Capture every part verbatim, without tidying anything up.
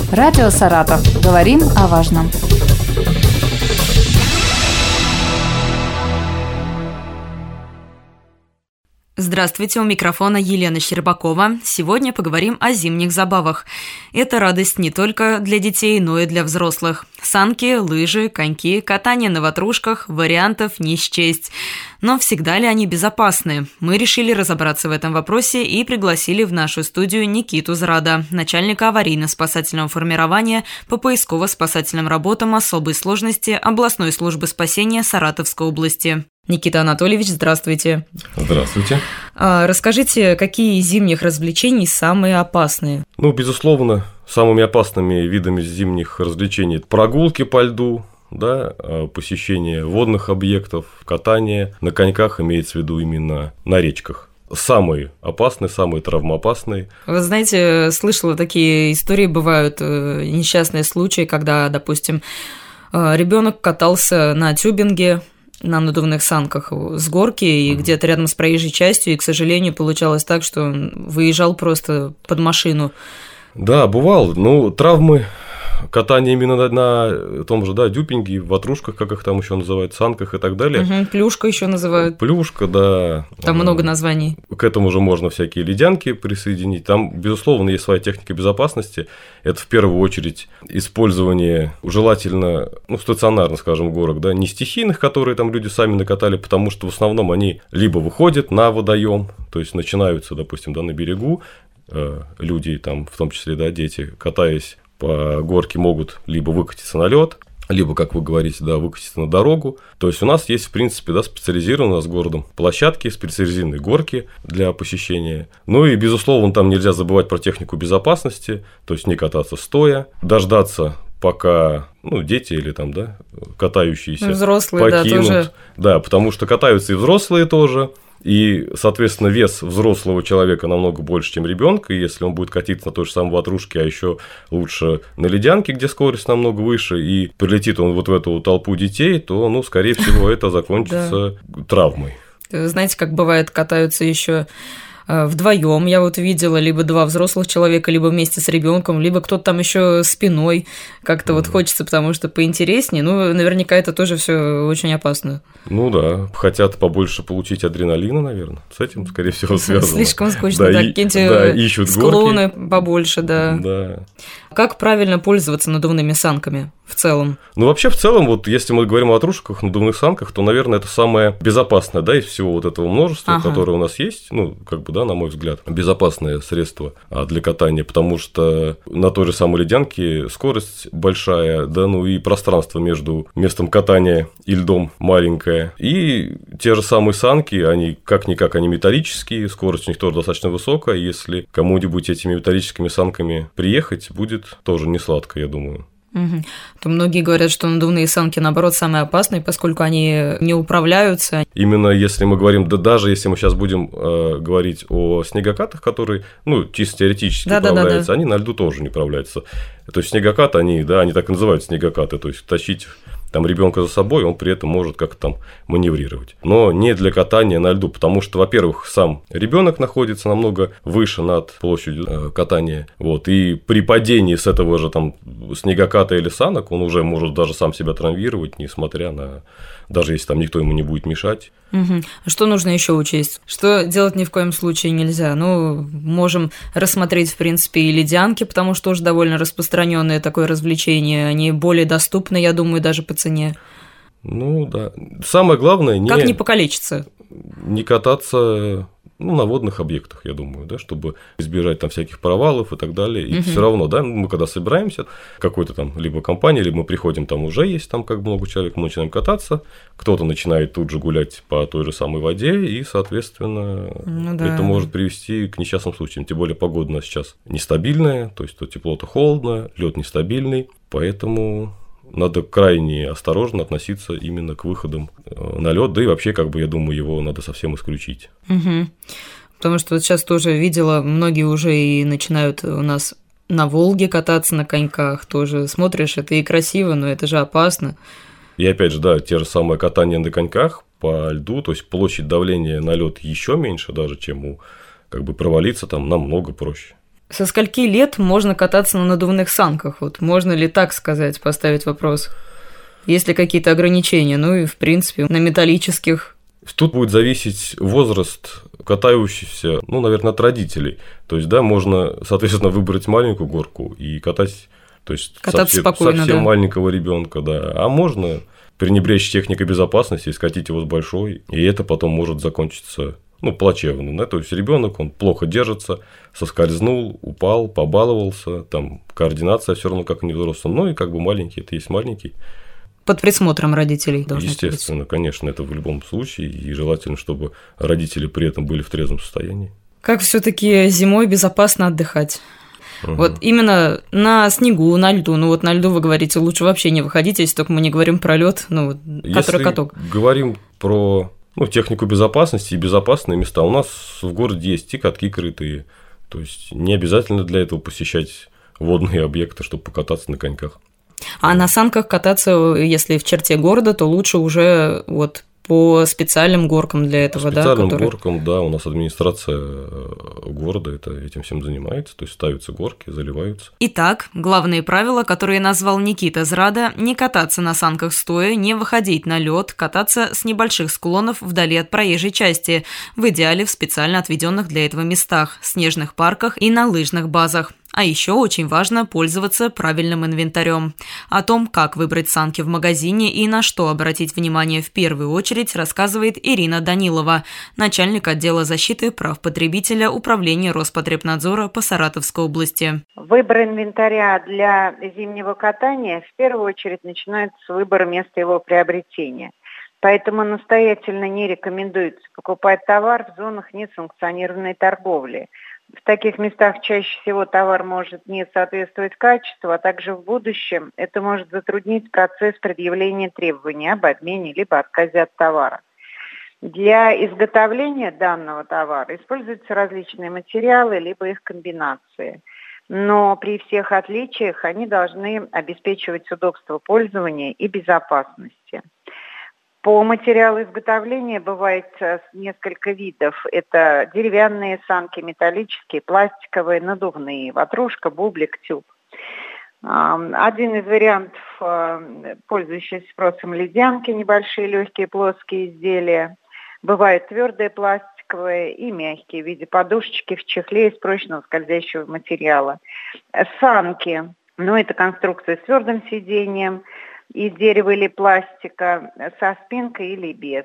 Радио Саратов. Говорим о важном. Здравствуйте, у микрофона Елена Щербакова. Сегодня поговорим о зимних забавах. Это радость не только для детей, но и для взрослых. Санки, лыжи, коньки, катание на ватрушках – вариантов не счесть. Но всегда ли они безопасны? Мы решили разобраться в этом вопросе и пригласили в нашу студию Никиту Зрада, начальника аварийно-спасательного формирования по поисково-спасательным работам особой сложности областной службы спасения Саратовской области. Никита Анатольевич, здравствуйте. Здравствуйте. А, расскажите, какие из зимних развлечений самые опасные? Ну, безусловно, самыми опасными видами зимних развлечений – прогулки по льду, да, посещение водных объектов, катание на коньках, имеется в виду именно на речках. Самые опасные, самые травмоопасные. Вы знаете, слышала, такие истории бывают, несчастные случаи, когда, допустим, ребенок катался на тюбинге, на надувных санках с горки и mm-hmm. где-то рядом с проезжей частью, и, к сожалению, получалось так, что он выезжал просто под машину. Да, бывало. Ну, травмы катание именно на, на том же, да, дюпинге, ватрушках, как их там еще называют, санках и так далее. Угу, плюшка еще называют. Плюшка, да. Там много названий. К этому же можно всякие ледянки присоединить. Там, безусловно, есть своя техника безопасности. Это в первую очередь использование желательно, ну, стационарно, скажем, горок, да, не стихийных, которые там люди сами накатали, потому что в основном они либо выходят на водоем, то есть начинаются, допустим, да, на берегу, э, люди там, в том числе, да, дети, катаясь по горке, могут либо выкатиться на лед, либо, как вы говорите, да, выкатиться на дорогу. То есть у нас есть, в принципе, да, специализированные с городом площадки, специализированные горки для посещения. Ну и, безусловно, там нельзя забывать про технику безопасности, то есть не кататься стоя, дождаться, пока, ну, дети или там, да, катающиеся взрослые, покинут. Да, тоже. Да, потому что катаются и взрослые тоже. И, соответственно, вес взрослого человека намного больше, чем ребенка. И если он будет катиться на той же самой ватрушке, а еще лучше на ледянке, где скорость намного выше, и прилетит он вот в эту толпу детей, то, ну, скорее всего, это закончится травмой. Знаете, как бывает, катаются еще вдвоем. Я вот видела либо два взрослых человека, либо вместе с ребенком, либо кто-то там еще спиной. Как-то mm-hmm. вот хочется, потому что поинтереснее. Ну, наверняка это тоже все очень опасно. Ну да, хотят побольше получить адреналина, наверное. С этим, скорее всего, связано. Слишком скучно, да, да, какие-нибудь да, ищут склоны горки. Побольше, да. Да. Как правильно пользоваться надувными санками в целом? Ну, вообще, в целом, вот если мы говорим о ватрушках, надувных санках, то, наверное, это самое безопасное, да, из всего вот этого множества, ага. которое у нас есть, ну, как бы, да, на мой взгляд, безопасное средство для катания, потому что на той же самой ледянке скорость большая, да, ну и пространство между местом катания и льдом маленькое. И те же самые санки, они как-никак, они металлические, скорость у них тоже достаточно высокая. Если кому-нибудь этими металлическими санками приехать, будет тоже не сладко, я думаю. Угу. То многие говорят, что надувные санки, наоборот, самые опасные, поскольку они не управляются. Именно если мы говорим, да даже если мы сейчас будем э, говорить о снегокатах, которые, ну, чисто теоретически да, управляются, да, да, да. они на льду тоже не управляются. То есть снегокаты, они, да, они так и называют снегокаты, то есть тащить там ребенка за собой, он при этом может как-то там маневрировать. Но не для катания на льду, потому что, во-первых, сам ребенок находится намного выше над площадью катания, вот, и при падении с этого же там снегоката или санок он уже может даже сам себя травмировать, несмотря на, даже если там никто ему не будет мешать. Угу. Что нужно еще учесть? Что делать ни в коем случае нельзя? Ну, можем рассмотреть, в принципе, и ледянки, потому что тоже довольно распространенное такое развлечение. Они более доступны, я думаю, даже по цене. Ну, да. Самое главное не... Как не покалечиться? Не кататься... Ну, на водных объектах, я думаю, да, чтобы избежать там всяких провалов и так далее. И угу. все равно, да, мы когда собираемся, какой-то там либо компания, либо мы приходим, там уже есть там как много человек, мы начинаем кататься, кто-то начинает тут же гулять по той же самой воде, и, соответственно, ну, да. это может привести к несчастным случаям. Тем более погода у нас сейчас нестабильная, то есть то тепло, то холодно, лед нестабильный, поэтому... Надо крайне осторожно относиться именно к выходам на лед, да и вообще, как бы, я думаю, его надо совсем исключить. Угу. Потому что вот сейчас тоже видела, многие уже и начинают у нас на Волге кататься на коньках, тоже смотришь, это и красиво, но это же опасно. И опять же, да, те же самые катания на коньках по льду, то есть площадь давления на лед еще меньше даже, чем у, как бы, провалиться там намного проще. Со скольки лет можно кататься на надувных санках? Вот можно ли так сказать, поставить вопрос? Есть ли какие-то ограничения? Ну и, в принципе, на металлических. Тут будет зависеть возраст катающийся, ну, наверное, от родителей. То есть, да, можно, соответственно, выбрать маленькую горку и катать, то есть кататься совсем, спокойно, совсем да. маленького ребенка, да. А можно пренебречь техникой безопасности и скатить его с большой, и это потом может закончиться, ну, плачевно, да. То есть ребенок, он плохо держится, соскользнул, упал, побаловался, там координация все равно как не взрослый, ну и как бы маленький, это есть маленький. Под присмотром родителей должно быть. Естественно, конечно, это в любом случае, и желательно, чтобы родители при этом были в трезвом состоянии. Как все-таки зимой безопасно отдыхать? Угу. Вот именно на снегу, на льду. Ну вот на льду вы говорите, лучше вообще не выходить, если только мы не говорим про лед, ну, который если каток. Говорим про ну, технику безопасности и безопасные места. У нас в городе есть и катки крытые, то есть не обязательно для этого посещать водные объекты, чтобы покататься на коньках. А на санках кататься, если в черте города, то лучше уже вот по специальным горкам для этого, по да? специальным которые... горкам, да, у нас администрация города это, этим всем занимается, то есть ставятся горки, заливаются. Итак, главные правила, которые назвал Никита Зрада: не кататься на санках стоя, не выходить на лед, кататься с небольших склонов вдали от проезжей части, в идеале в специально отведенных для этого местах, снежных парках и на лыжных базах. А еще очень важно пользоваться правильным инвентарем. О том, как выбрать санки в магазине и на что обратить внимание в первую очередь, рассказывает Ирина Данилова, начальник отдела защиты прав потребителя Управления Роспотребнадзора по Саратовской области. Выбор инвентаря для зимнего катания в первую очередь начинается с выбора места его приобретения. Поэтому настоятельно не рекомендуется покупать товар в зонах несанкционированной торговли. В таких местах чаще всего товар может не соответствовать качеству, а также в будущем это может затруднить процесс предъявления требований об обмене либо отказе от товара. Для изготовления данного товара используются различные материалы, либо их комбинации. Но при всех отличиях они должны обеспечивать удобство пользования и безопасности. По материалу изготовления бывает несколько видов. Это деревянные санки, металлические, пластиковые, надувные, ватрушка, бублик, тюб. Один из вариантов, пользующийся спросом, ледянки, небольшие, легкие, плоские изделия. Бывают твердые, пластиковые и мягкие в виде подушечки в чехле из прочного скользящего материала. Санки, ну это конструкция с твердым сиденьем, из дерева или пластика, со спинкой или без.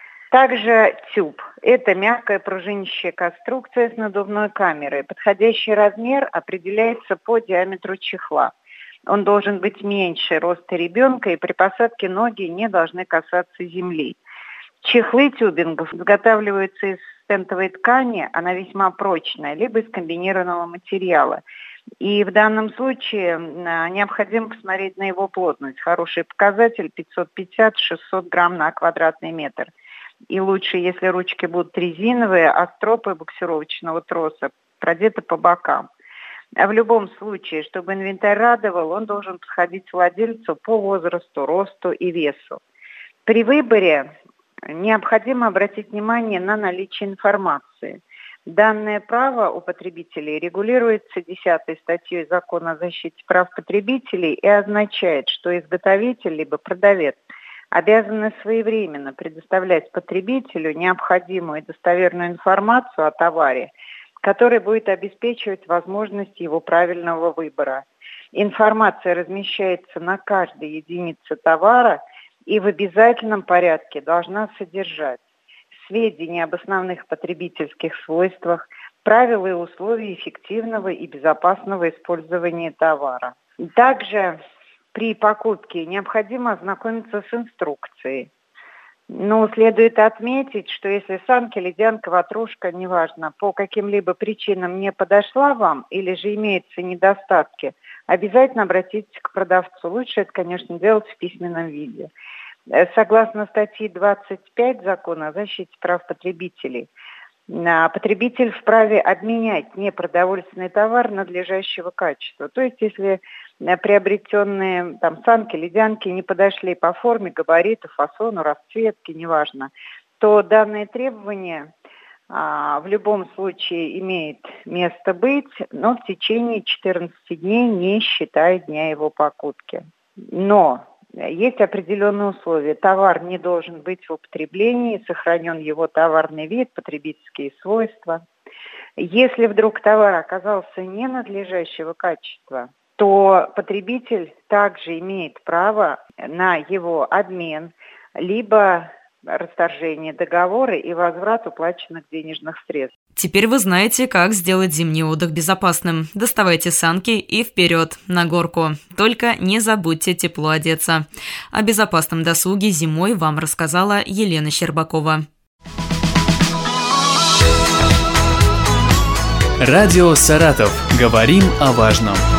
Также тюб. Это мягкая пружинящая конструкция с надувной камерой. Подходящий размер определяется по диаметру чехла. Он должен быть меньше роста ребенка, и при посадке ноги не должны касаться земли. Чехлы тюбингов изготавливаются из стентовой ткани, она весьма прочная, либо из комбинированного материала. И в данном случае необходимо посмотреть на его плотность. Хороший показатель пятьсот пятьдесят - шестьсот грамм на квадратный метр. И лучше, если ручки будут резиновые, а стропы буксировочного троса продеты по бокам. А в любом случае, чтобы инвентарь радовал, он должен подходить владельцу по возрасту, росту и весу. При выборе необходимо обратить внимание на наличие информации. Данное право у потребителей регулируется десятой статьей Закона о защите прав потребителей и означает, что изготовитель либо продавец обязаны своевременно предоставлять потребителю необходимую и достоверную информацию о товаре, которая будет обеспечивать возможность его правильного выбора. Информация размещается на каждой единице товара и в обязательном порядке должна содержать сведения об основных потребительских свойствах, правила и условия эффективного и безопасного использования товара. Также при покупке необходимо ознакомиться с инструкцией. Но следует отметить, что если санки, ледянка, ватрушка, неважно, по каким-либо причинам не подошла вам или же имеются недостатки, обязательно обратитесь к продавцу. Лучше это, конечно, делать в письменном виде. Согласно статье двадцать пять Закона о защите прав потребителей, потребитель вправе обменять непродовольственный товар надлежащего качества. То есть, если приобретенные там санки, ледянки не подошли по форме, габариту, фасону, расцветке, неважно, то данные требования в любом случае имеет место быть, но в течение четырнадцати дней, не считая дня его покупки. Но есть определенные условия. Товар не должен быть в употреблении, сохранен его товарный вид, потребительские свойства. Если вдруг товар оказался ненадлежащего качества, то потребитель также имеет право на его обмен, либо расторжение договора и возврат уплаченных денежных средств. Теперь вы знаете, как сделать зимний отдых безопасным. Доставайте санки и вперед, на горку. Только не забудьте тепло одеться. О безопасном досуге зимой вам рассказала Елена Щербакова. Радио «Саратов». Говорим о важном.